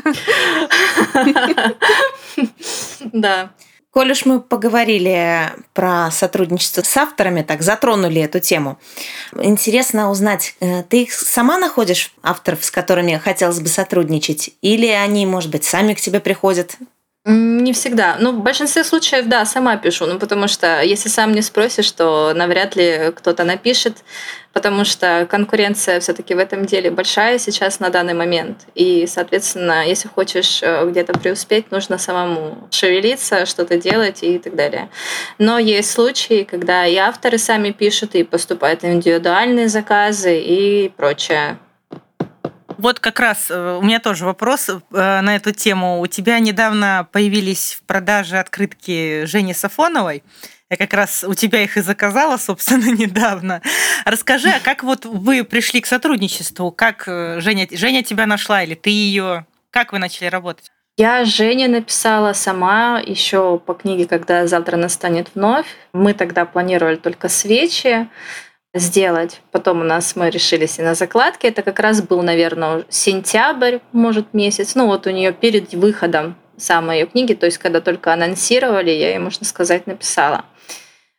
B: Да.
C: Коль уж мы поговорили про сотрудничество с авторами, затронули эту тему, интересно узнать, ты сама находишь авторов, с которыми хотелось бы сотрудничать, или они, может быть, сами к тебе приходят?
B: Не всегда. В большинстве случаев, да, сама пишу. Потому что если сам не спросишь, то навряд ли кто-то напишет, потому что конкуренция все-таки в этом деле большая сейчас на данный момент. И, соответственно, если хочешь где-то преуспеть, нужно самому шевелиться, что-то делать и так далее. Но есть случаи, когда и авторы сами пишут, и поступают индивидуальные заказы и прочее.
F: Как раз у меня тоже вопрос на эту тему. У тебя недавно появились в продаже открытки Жени Сафоновой. Я как раз у тебя их и заказала, собственно, недавно. Расскажи, а как вы пришли к сотрудничеству? Как Женя тебя нашла или ты ее? Как вы начали работать?
B: Я Жене написала сама еще по книге «Когда завтра настанет вновь». Мы тогда планировали только свечи сделать. Потом мы решились и на закладки. Это как раз был, наверное, сентябрь, может, месяц. У нее перед выходом самой ее книги, то есть когда только анонсировали, я ей, можно сказать, написала.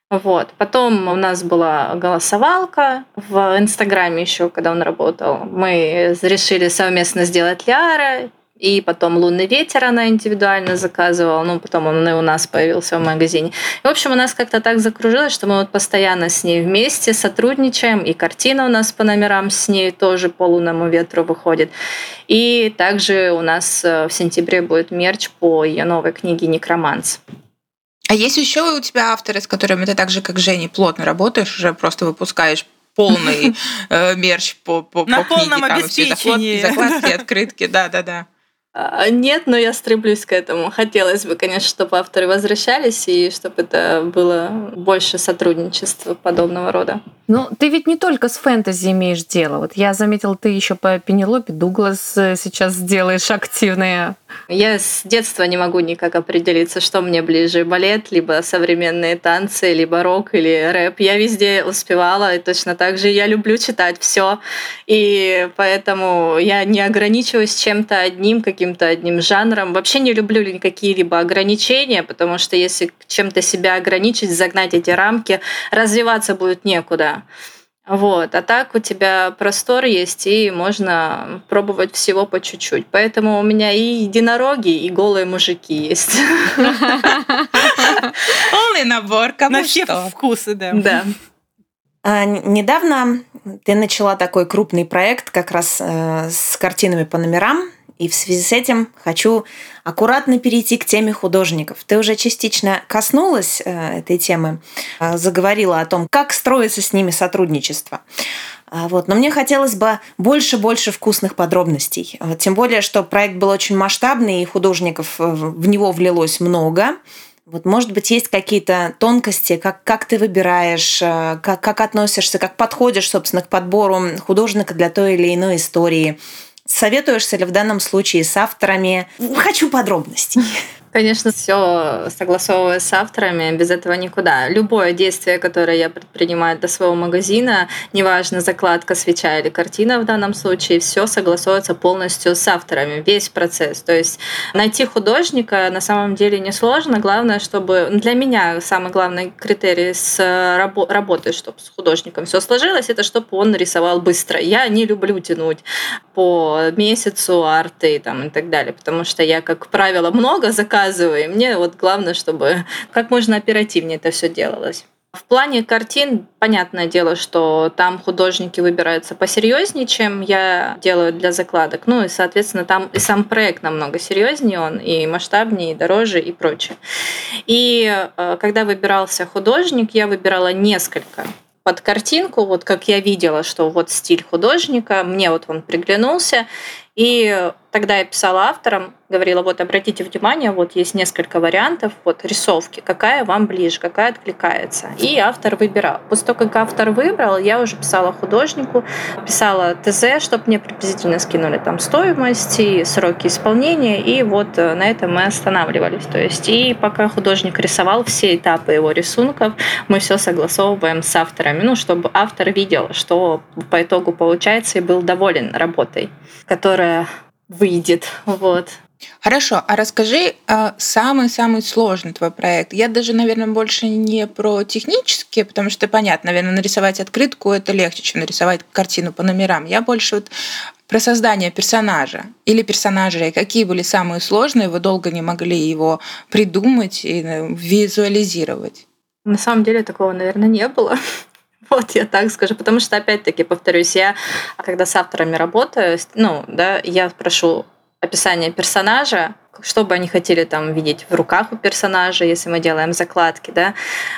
B: Вот. Потом у нас была голосовалка в Инстаграме еще, когда он работал. Мы решили совместно сделать Лиара, и потом «Лунный ветер» она индивидуально заказывала, потом он и у нас появился в магазине. И, в общем, у нас как-то так закружилось, что мы вот постоянно с ней вместе сотрудничаем, и картина у нас по номерам с ней тоже по «Лунному ветру» выходит. И также у нас в сентябре будет мерч по ее новой книге «Некроманс».
E: А есть еще у тебя авторы, с которыми ты так же, как Женя, плотно работаешь, уже просто выпускаешь полный мерч по книге?
F: На полном обеспечении.
E: Закладки, открытки, да.
B: Нет, но я стремлюсь к этому. Хотелось бы, конечно, чтобы авторы возвращались и чтобы это было больше сотрудничества подобного рода.
D: Ты ведь не только с фэнтези имеешь дело. Вот я заметила, ты еще по Пенелопе Дуглас сейчас делаешь активные.
B: Я с детства не могу никак определиться, что мне ближе: балет, либо современные танцы, либо рок или рэп. Я везде успевала, и точно так же я люблю читать все, и поэтому я не ограничиваюсь чем-то каким-то одним жанром. Вообще не люблю какие-либо ограничения, потому что если чем-то себя ограничить, загнать эти рамки, развиваться будет некуда. Вот. А так у тебя простор есть, и можно пробовать всего по чуть-чуть. Поэтому у меня и единороги, и голые мужики есть.
E: Полный набор, кому
F: на все
E: что.
F: Вкусы, да.
B: Да.
C: Недавно ты начала такой крупный проект как раз с картинами по номерам. И в связи с этим хочу аккуратно перейти к теме художников. Ты уже частично коснулась этой темы, заговорила о том, как строится с ними сотрудничество. Но мне хотелось бы больше вкусных подробностей. Тем более, что проект был очень масштабный, и художников в него влилось много. Может быть, есть какие-то тонкости, как ты выбираешь, как относишься, как подходишь, собственно, к подбору художника для той или иной истории. Советуешься ли в данном случае с авторами? Хочу подробностей.
B: Конечно, все согласовываю с авторами, без этого никуда. Любое действие, которое я предпринимаю для своего магазина, неважно, закладка, свеча или картина в данном случае, все согласовывается полностью с авторами, весь процесс. То есть найти художника на самом деле несложно. Главное, чтобы... Для меня самый главный критерий с работы, чтобы с художником все сложилось, это чтобы он рисовал быстро. Я не люблю тянуть по месяцу арты и так далее, потому что я, как правило, много заказываю, и мне главное, чтобы как можно оперативнее это все делалось. В плане картин, понятное дело, что там художники выбираются посерьезнее, чем я делаю для закладок. И, соответственно, там и сам проект намного серьезнее, он и масштабнее, и дороже, и прочее. И когда выбирался художник, я выбирала несколько под картинку, как я видела, что стиль художника, мне он приглянулся. И тогда я писала авторам, говорила, обратите внимание, есть несколько вариантов рисовки, какая вам ближе, какая откликается. И автор выбирал. После того, как автор выбрал, я уже писала художнику, писала ТЗ, чтобы мне приблизительно скинули стоимость и сроки исполнения, и на этом мы останавливались. То есть и пока художник рисовал все этапы его рисунков, мы все согласовываем с авторами, чтобы автор видел, что по итогу получается, и был доволен работой, которая выйдет.
E: Хорошо, а расскажи самый-самый сложный твой проект. Я даже, наверное, больше не про технические, потому что, понятно, наверное, нарисовать открытку это легче, чем нарисовать картину по номерам. Я больше про создание персонажа или персонажей. Какие были самые сложные, вы долго не могли его придумать и визуализировать?
B: На самом деле такого, наверное, не было. Я так скажу, потому что, опять-таки, повторюсь, я, когда с авторами работаю, я прошу описание персонажа, что бы они хотели видеть в руках у персонажа, если мы делаем закладки, да,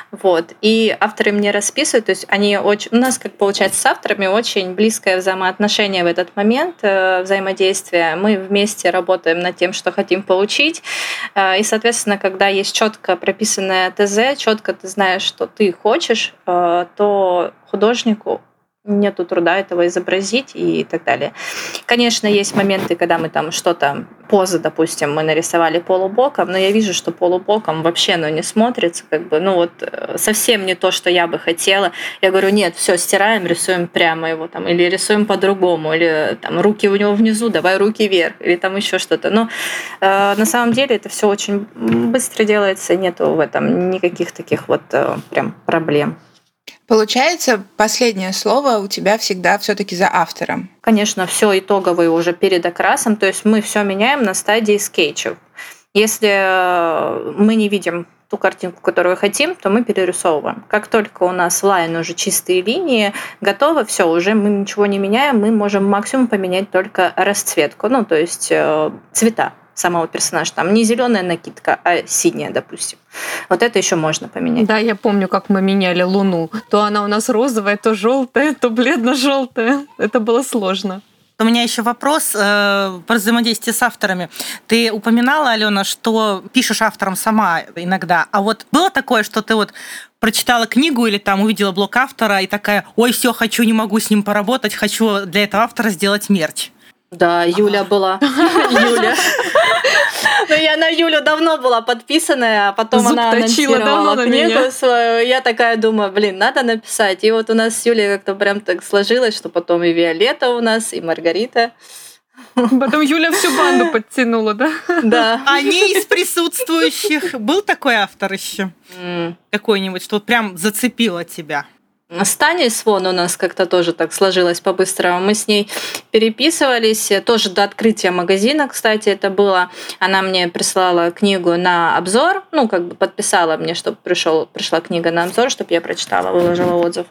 B: И авторы мне расписывают, то есть они очень... У нас, как получается, с авторами очень близкое взаимоотношение в этот момент, взаимодействие. Мы вместе работаем над тем, что хотим получить, и, соответственно, когда есть четко прописанное ТЗ, четко ты знаешь, что ты хочешь, то художнику нету труда этого изобразить и так далее. Конечно, есть моменты, когда мы там что-то, позы, допустим, мы нарисовали полубоком, но я вижу, что полубоком вообще не смотрится, совсем не то, что я бы хотела. Я говорю, нет, все, стираем, рисуем прямо его там, или рисуем по-другому, или там руки у него внизу, давай руки вверх, или там еще что-то. Но на самом деле это все очень быстро делается, нету в этом никаких таких прям проблем.
E: Получается, последнее слово у тебя всегда все-таки за автором.
B: Конечно, все итоговое уже перед окрасом, то есть мы все меняем на стадии скетчев. Если мы не видим ту картинку, которую хотим, то мы перерисовываем. Как только у нас лайн уже чистые линии, готово, все, уже мы ничего не меняем, мы можем максимум поменять только расцветку, то есть цвета самого персонажа. Там не зеленая накидка, а синяя, допустим. Вот это еще можно поменять.
D: Да, я помню, как мы меняли Луну. То она у нас розовая, то желтая, то бледно-желтая. Это было сложно.
F: У меня еще вопрос про взаимодействие с авторами. Ты упоминала, Алена, что пишешь автором сама иногда. А вот было такое, что ты прочитала книгу или там увидела блог автора и такая, ой, все, хочу, не могу с ним поработать, хочу для этого автора сделать мерч?
B: Да, Юля была. Юля. Я на Юлю давно была подписана, а потом она анонсировала книгу свою. Я такая думаю, надо написать. И у нас с Юлей как-то прям так сложилось, что потом и Виолетта у нас, и Маргарита.
D: Потом Юля всю банду подтянула, да?
B: Да.
F: А не из присутствующих был такой автор еще? Какой-нибудь, что прям зацепило тебя?
B: С Таней Свон у нас как-то тоже так сложилось по-быстрому. Мы с ней переписывались, тоже до открытия магазина, кстати, это было. Она мне прислала книгу на обзор, подписала мне, чтобы пришла книга на обзор, чтобы я прочитала, выложила отзыв.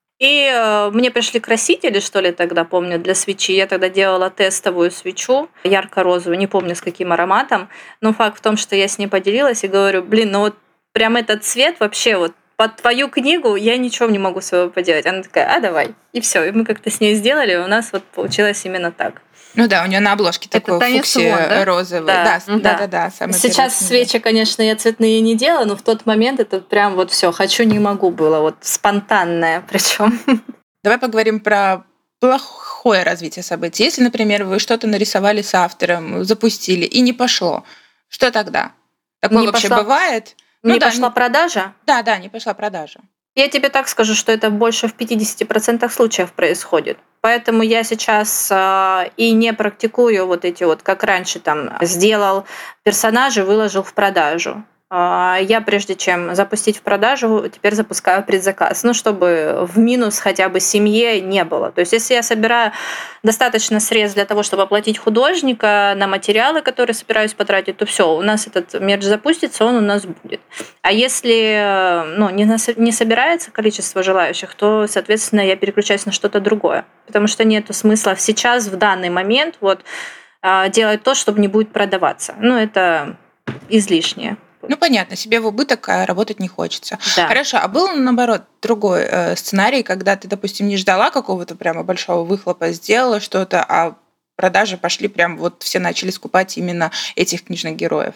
B: И мне пришли красители, что ли, тогда, помню, для свечи. Я тогда делала тестовую свечу, ярко-розовую, не помню, с каким ароматом. Но факт в том, что я с ней поделилась и говорю, прям этот цвет вообще под твою книгу я ничего не могу своего поделать. Она такая, давай. И все. И мы как-то с ней сделали, и у нас получилось именно так.
E: Ну да, у нее на обложке такой фуксия розовый. Да.
B: Сейчас свечи, конечно, я цветные не делаю, но в тот момент это прям все, хочу, не могу было. Спонтанное причем.
E: Давай поговорим про плохое развитие событий. Если, например, вы что-то нарисовали с автором, запустили, и не пошло, что тогда? Такое вообще бывает?
B: Не пошла продажа?
E: Да, не пошла продажа.
B: Я тебе так скажу, что это больше в 50% случаев происходит. Поэтому я сейчас и не практикую эти как раньше сделал персонажа, выложил в продажу. Я, прежде чем запустить в продажу, теперь запускаю предзаказ, чтобы в минус хотя бы семье не было. То есть, если я собираю достаточно средств для того, чтобы оплатить художника на материалы, которые собираюсь потратить, то все, у нас этот мерч запустится, он у нас будет. А если не собирается количество желающих, то, соответственно, я переключаюсь на что-то другое. Потому что нет смысла сейчас, в данный момент, делать то, чтобы не будет продаваться. Это излишнее.
E: Понятно, себе в убыток работать не хочется.
B: Да.
E: Хорошо, а был, наоборот, другой сценарий, когда ты, допустим, не ждала какого-то прямо большого выхлопа, сделала что-то, а продажи пошли прям все начали скупать именно этих книжных героев?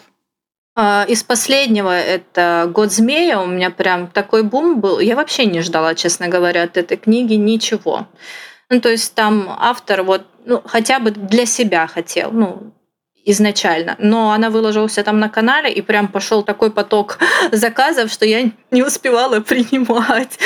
B: Из последнего это «Год змея». У меня прям такой бум был. Я вообще не ждала, честно говоря, от этой книги ничего. То есть там автор хотя бы для себя хотел, изначально. Но она выложилась там на канале, и прям пошел такой поток заказов, что я не успевала принимать.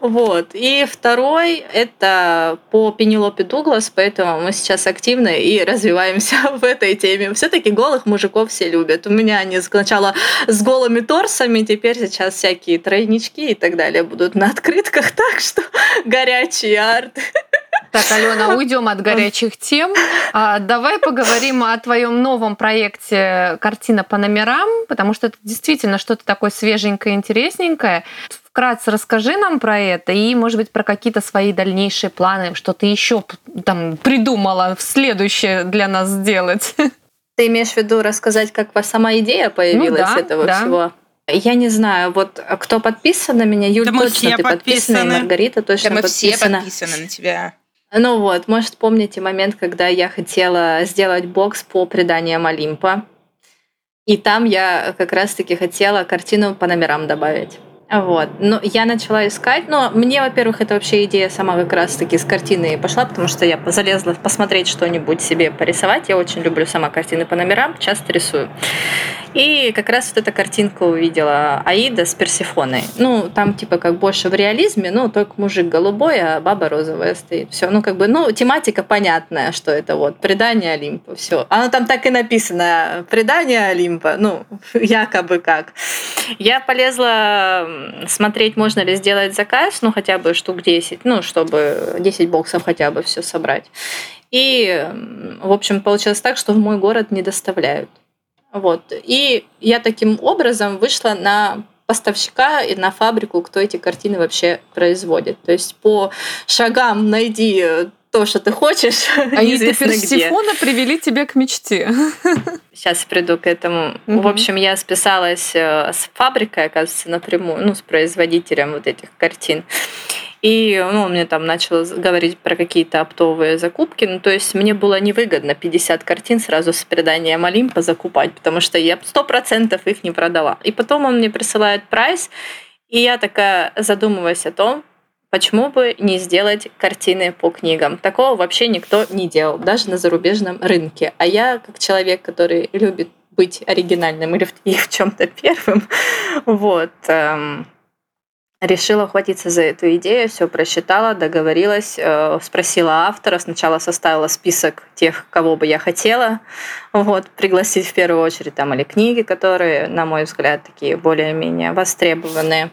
B: И второй — это по Пенелопе Дуглас, поэтому мы сейчас активно и развиваемся в этой теме. Все-таки голых мужиков все любят. У меня они сначала с голыми торсами, теперь сейчас всякие тройнички и так далее будут на открытках, так что горячий арт.
D: Так, Алена, уйдем от горячих тем. Давай поговорим о твоем новом проекте «Картина по номерам», потому что это действительно что-то такое свеженькое, интересненькое. Вкратце расскажи нам про это и, может быть, про какие-то свои дальнейшие планы, что ты еще придумала в следующее для нас сделать.
B: Ты имеешь в виду рассказать, как сама идея появилась этого всего? Я не знаю, кто подписан на меня. Юль, точно ты подписана, и Маргарита точно подписана.
E: Мы все подписаны на тебя.
B: Может, помните момент, когда я хотела сделать бокс по преданиям Олимпа. И там я как раз-таки хотела картину по номерам добавить. Вот. Но я начала искать, но мне, во-первых, это вообще идея сама как раз-таки с картины пошла, потому что я залезла посмотреть что-нибудь себе порисовать. Я очень люблю сама картины по номерам, часто рисую. И как раз вот эта картинка увидела Аида с Персефоной. Ну, там типа как больше в реализме, ну, только мужик голубой, а баба розовая стоит. Все, ну, как бы, ну, тематика понятная, что это вот предание Олимпа, все. Оно там так и написано, предание Олимпа, ну, якобы как. Я полезла смотреть, можно ли сделать заказ, ну, хотя бы штук 10, ну, чтобы 10 боксов хотя бы все собрать. И, в общем, получилось так, что в мой город не доставляют. Вот. И я таким образом вышла на поставщика и на фабрику, кто эти картины вообще производит. То есть по шагам найди то, что ты хочешь.
D: Аида и Персефона привели тебя к мечте.
B: Сейчас приду к этому. В общем, я списалась с фабрикой, оказывается, напрямую, ну, с производителем вот этих картин. И он мне там начал говорить про какие-то оптовые закупки. Ну, то есть мне было невыгодно 50 картин сразу с преданием Олимпа закупать, потому что я 100% их не продала. И потом он мне присылает прайс, и я такая задумываюсь о том, почему бы не сделать картины по книгам. Такого вообще никто не делал, даже на зарубежном рынке. А я, как человек, который любит быть оригинальным или в чем-то первым, вот, решила ухватиться за эту идею, все просчитала, договорилась, спросила автора, сначала составила список тех, кого бы я хотела, вот, пригласить в первую очередь там или книги, которые, на мой взгляд, такие более-менее востребованные.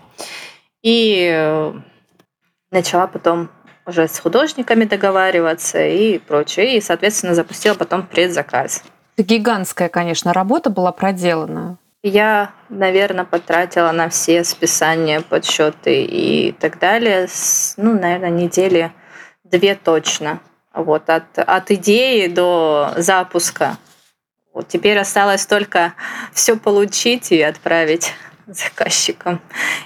B: И начала потом уже с художниками договариваться и прочее, и, соответственно, запустила потом предзаказ.
D: Гигантская, конечно, работа была проделана.
B: Я, наверное, потратила на все списания, подсчеты и так далее, ну, наверное, недели 2 точно. Вот, от идеи до запуска. Вот, теперь осталось только все получить и отправить заказчикам.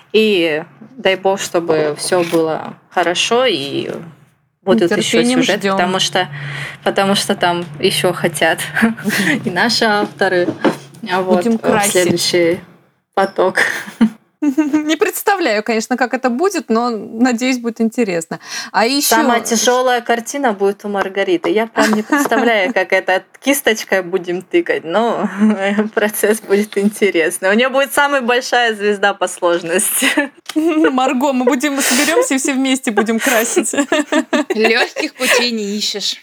B: И дай бог, чтобы все было хорошо и будут еще сюжеты, потому что там еще хотят и наши авторы.
D: Будем красить.
B: Следующий поток.
D: Не представляю, конечно, как это будет, но надеюсь, будет интересно. А еще
B: самая тяжелая картина будет у Маргариты. Я прям не представляю, как это кисточкой будем тыкать, но процесс будет интересный. У нее будет самая большая звезда по сложности.
D: Марго, мы соберемся и все вместе будем красить.
E: Легких путей не ищешь.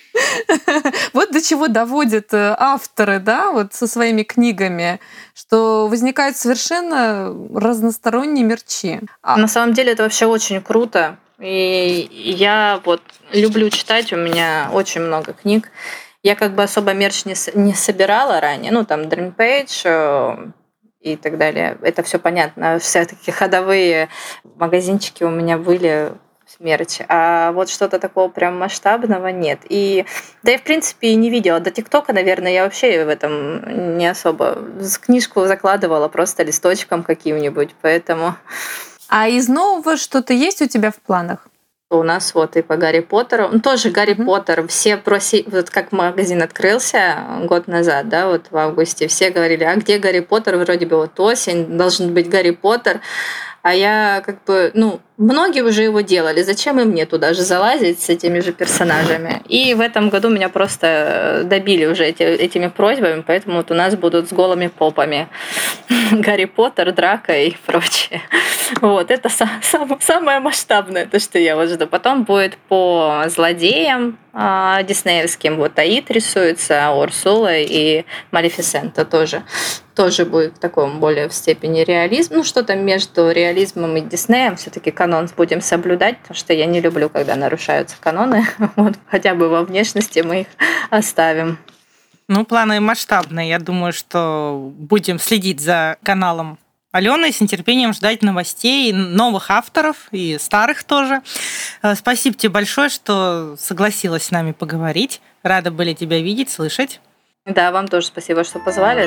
D: Вот до чего доводят авторы, да, вот со своими книгами, что возникают совершенно разносторонние мерчи.
B: На самом деле это вообще очень круто. И я вот люблю читать, у меня очень много книг. Я как бы особо мерч не собирала ранее, ну там Dream Page и так далее. Это все понятно. Все-таки ходовые магазинчики у меня были мерч, а вот что-то такого прям масштабного нет. И да, я в принципе и не видела. До ТикТока, наверное, я вообще в этом не особо книжку закладывала просто листочком каким-нибудь, поэтому...
D: А из нового что-то есть у тебя в планах?
B: У нас вот и по Гарри Поттеру, ну, тоже Гарри Поттер, все просили, вот как магазин открылся год назад, да, вот в августе, все говорили, а где Гарри Поттер, вроде бы вот осень, должен быть Гарри Поттер, а я как бы, ну, многие уже его делали, зачем и мне туда же залазить с этими же персонажами. И в этом году меня просто добили уже этими просьбами, поэтому вот у нас будут с голыми попами Гарри Поттер, Драко и прочее. Вот, это самое масштабное, то, что я вот жду. Потом будет по злодеям диснеевским. Вот Аид рисуется, Урсула и Малефисента тоже. Тоже будет в таком более в степени реализм. Ну, что-то между реализмом и Диснеем. Все-таки канон будем соблюдать, потому что я не люблю, когда нарушаются каноны. Вот, хотя бы во внешности мы их оставим.
F: Ну, планы масштабные. Я думаю, что будем следить за каналом Алены, с нетерпением ждать новостей, новых авторов и старых тоже. Спасибо тебе большое, что согласилась с нами поговорить. Рада были тебя видеть, слышать.
B: Да, вам тоже спасибо, что позвали.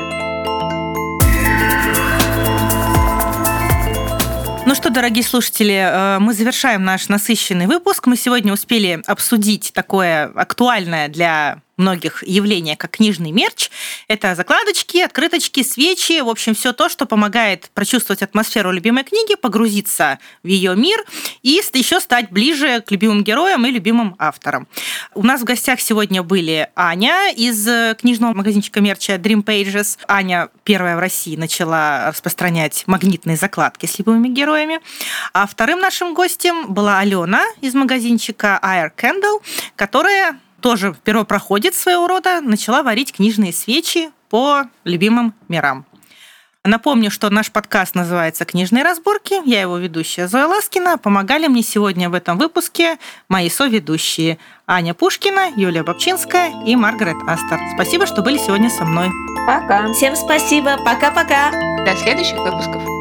F: Ну что, дорогие слушатели, мы завершаем наш насыщенный выпуск. Мы сегодня успели обсудить такое актуальное для многих явление, как книжный мерч. Это закладочки, открыточки, свечи, в общем, все то, что помогает прочувствовать атмосферу любимой книги, погрузиться в ее мир и еще стать ближе к любимым героям и любимым авторам. У нас в гостях сегодня были Аня из книжного магазинчика мерча Dream Pages. Аня первая в России начала распространять магнитные закладки с любимыми героями. А вторым нашим гостем была Алена из магазинчика Air Candle, которая тоже первопроходец своего рода, начала варить книжные свечи по любимым мирам. Напомню, что наш подкаст называется «Книжные разборки». Я его ведущая Зоя Ласкина. Помогали мне сегодня в этом выпуске мои соведущие Аня Пушкина, Юлия Бобчинская и Маргарет Астер. Спасибо, что были сегодня со мной.
D: Пока.
C: Всем спасибо. Пока-пока.
E: До следующих выпусков.